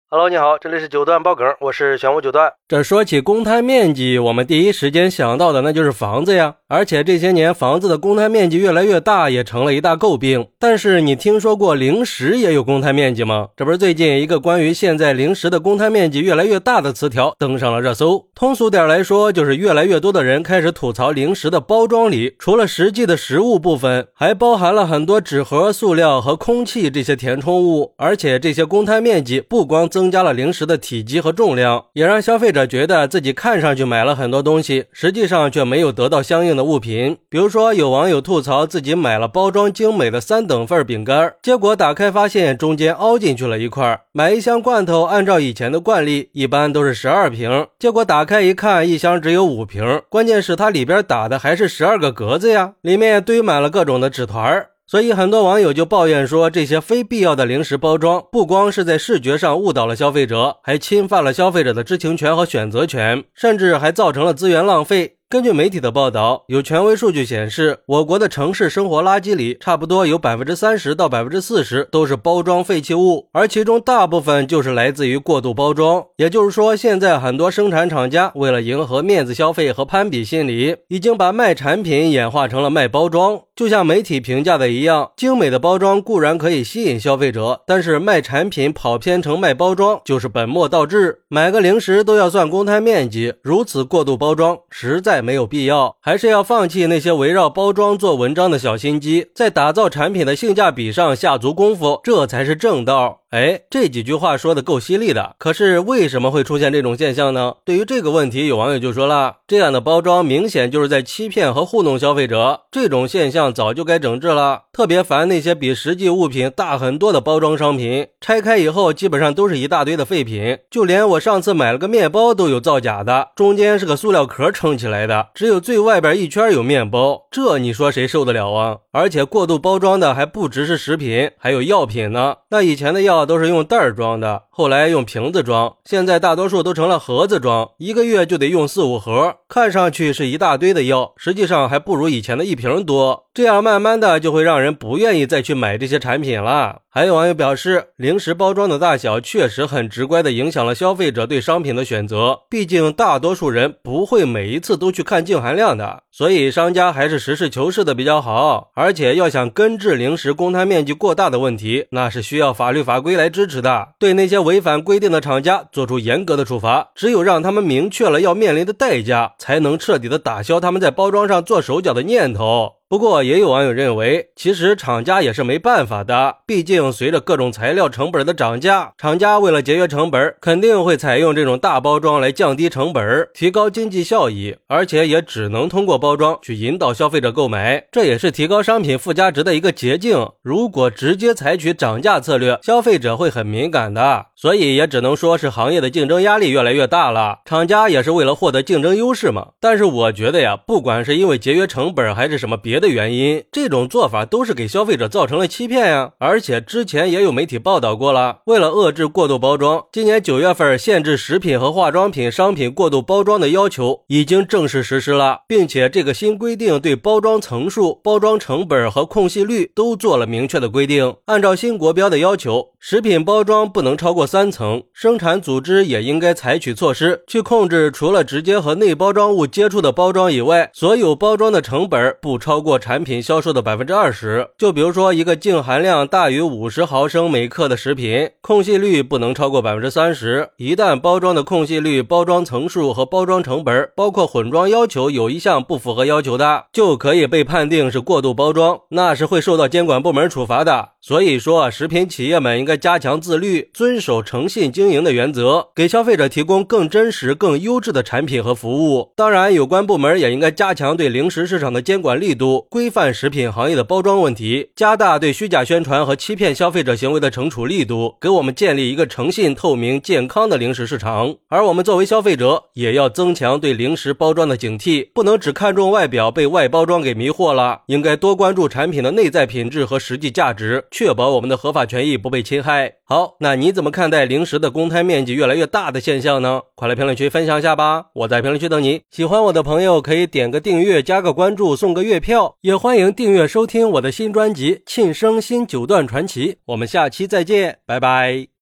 Hello， 你好，这里是九段爆梗，我是玄武九段。 这说起公摊面积，我们第一时间想到的那就是房子呀，而且这些年房子的公摊面积越来越大，也成了一大诟病。但是你听说过零食也有公摊面积吗？这不是最近一个关于现在零食的公摊面积越来越大的词条登上了热搜。通俗点来说，就是越来越多的人开始吐槽零食的包装里，除了实际的食物部分，还包含了很多纸盒、塑料和空气这些填充物，而且这些公摊面积不光增加了零食的体积和重量，也让消费者觉得自己看上去买了很多东西，实际上却没有得到相应的物品。比如说，有网友吐槽自己买了包装精美的3等份饼干，结果打开发现中间凹进去了一块。买一箱罐头，按照以前的惯例，一般都是12瓶，结果打开一看，一箱只有5瓶，关键是它里边打的还是12个格子呀，里面堆满了各种的纸团。所以很多网友就抱怨说，这些非必要的零食包装不光是在视觉上误导了消费者，还侵犯了消费者的知情权和选择权，甚至还造成了资源浪费。根据媒体的报道，有权威数据显示，我国的城市生活垃圾里差不多有 30% 到 40% 都是包装废弃物，而其中大部分就是来自于过度包装。也就是说，现在很多生产厂家为了迎合面子消费和攀比心理，已经把卖产品演化成了卖包装。就像媒体评价的一样，精美的包装固然可以吸引消费者，但是卖产品跑偏成卖包装就是本末倒置。买个零食都要算公摊面积，如此过度包装实在没有必要，还是要放弃那些围绕包装做文章的小心机，在打造产品的性价比上下足功夫，这才是正道。这几句话说的够犀利的，可是为什么会出现这种现象呢？对于这个问题，有网友就说了，这样的包装明显就是在欺骗和糊弄消费者，这种现象早就该整治了。特别烦那些比实际物品大很多的包装商品，拆开以后基本上都是一大堆的废品，就连我上次买了个面包都有造假的，中间是个塑料壳撑起来的，只有最外边一圈有面包，这你说谁受得了啊？而且过度包装的还不只是食品，还有药品呢。那以前的药都是用袋儿装的，后来用瓶子装，现在大多数都成了盒子装，一个月就得用4-5盒，看上去是一大堆的药，实际上还不如以前的1瓶多，这样慢慢的就会让人不愿意再去买这些产品了。还有网友表示，零食包装的大小确实很直观地影响了消费者对商品的选择，毕竟大多数人不会每一次都去看净含量的，所以商家还是实事求是的比较好。而且要想根治零食公摊面积过大的问题，那是需要法律法规来支持的，对那些违反规定的厂家做出严格的处罚，只有让他们明确了要面临的代价，才能彻底的打消他们在包装上做手脚的念头。不过也有网友认为，其实厂家也是没办法的，毕竟随着各种材料成本的涨价，厂家为了节约成本，肯定会采用这种大包装来降低成本，提高经济效益，而且也只能通过包装去引导消费者购买，这也是提高商品附加值的一个捷径。如果直接采取涨价策略，消费者会很敏感的，所以也只能说是行业的竞争压力越来越大了，厂家也是为了获得竞争优势嘛。但是我觉得呀，不管是因为节约成本还是什么别的原因，这种做法都是给消费者造成了欺骗呀。而且之前也有媒体报道过了，为了遏制过度包装，今年9月份限制食品和化妆品商品过度包装的要求已经正式实施了，并且这个新规定对包装层数、包装成本和空隙率都做了明确的规定。按照新国标的要求，食品包装不能超过3层，生产组织也应该采取措施去控制除了直接和内包装物接触的包装以外，所有包装的成本不超过产品销售的 20%。 就比如说一个净含量大于50毫升每克的食品，空隙率不能超过 30%， 一旦包装的空隙率、包装层数和包装成本包括混装要求有一项不符合要求的，就可以被判定是过度包装，那是会受到监管部门处罚的。所以说食品企业们应该加强自律，遵守诚信经营的原则，给消费者提供更真实、更优质的产品和服务。当然，有关部门也应该加强对零食市场的监管力度，规范食品行业的包装问题，加大对虚假宣传和欺骗消费者行为的惩处力度，给我们建立一个诚信、透明、健康的零食市场。而我们作为消费者，也要增强对零食包装的警惕，不能只看重外表，被外包装给迷惑了，应该多关注产品的内在品质和实际价值，确保我们的合法权益不被侵害。好，那你怎么看待零食的公摊面积越来越大的现象呢？快来评论区分享一下吧，我在评论区等你。喜欢我的朋友可以点个订阅，加个关注，送个月票，也欢迎订阅收听我的新专辑《庆生新9段传奇》。我们下期再见，拜拜。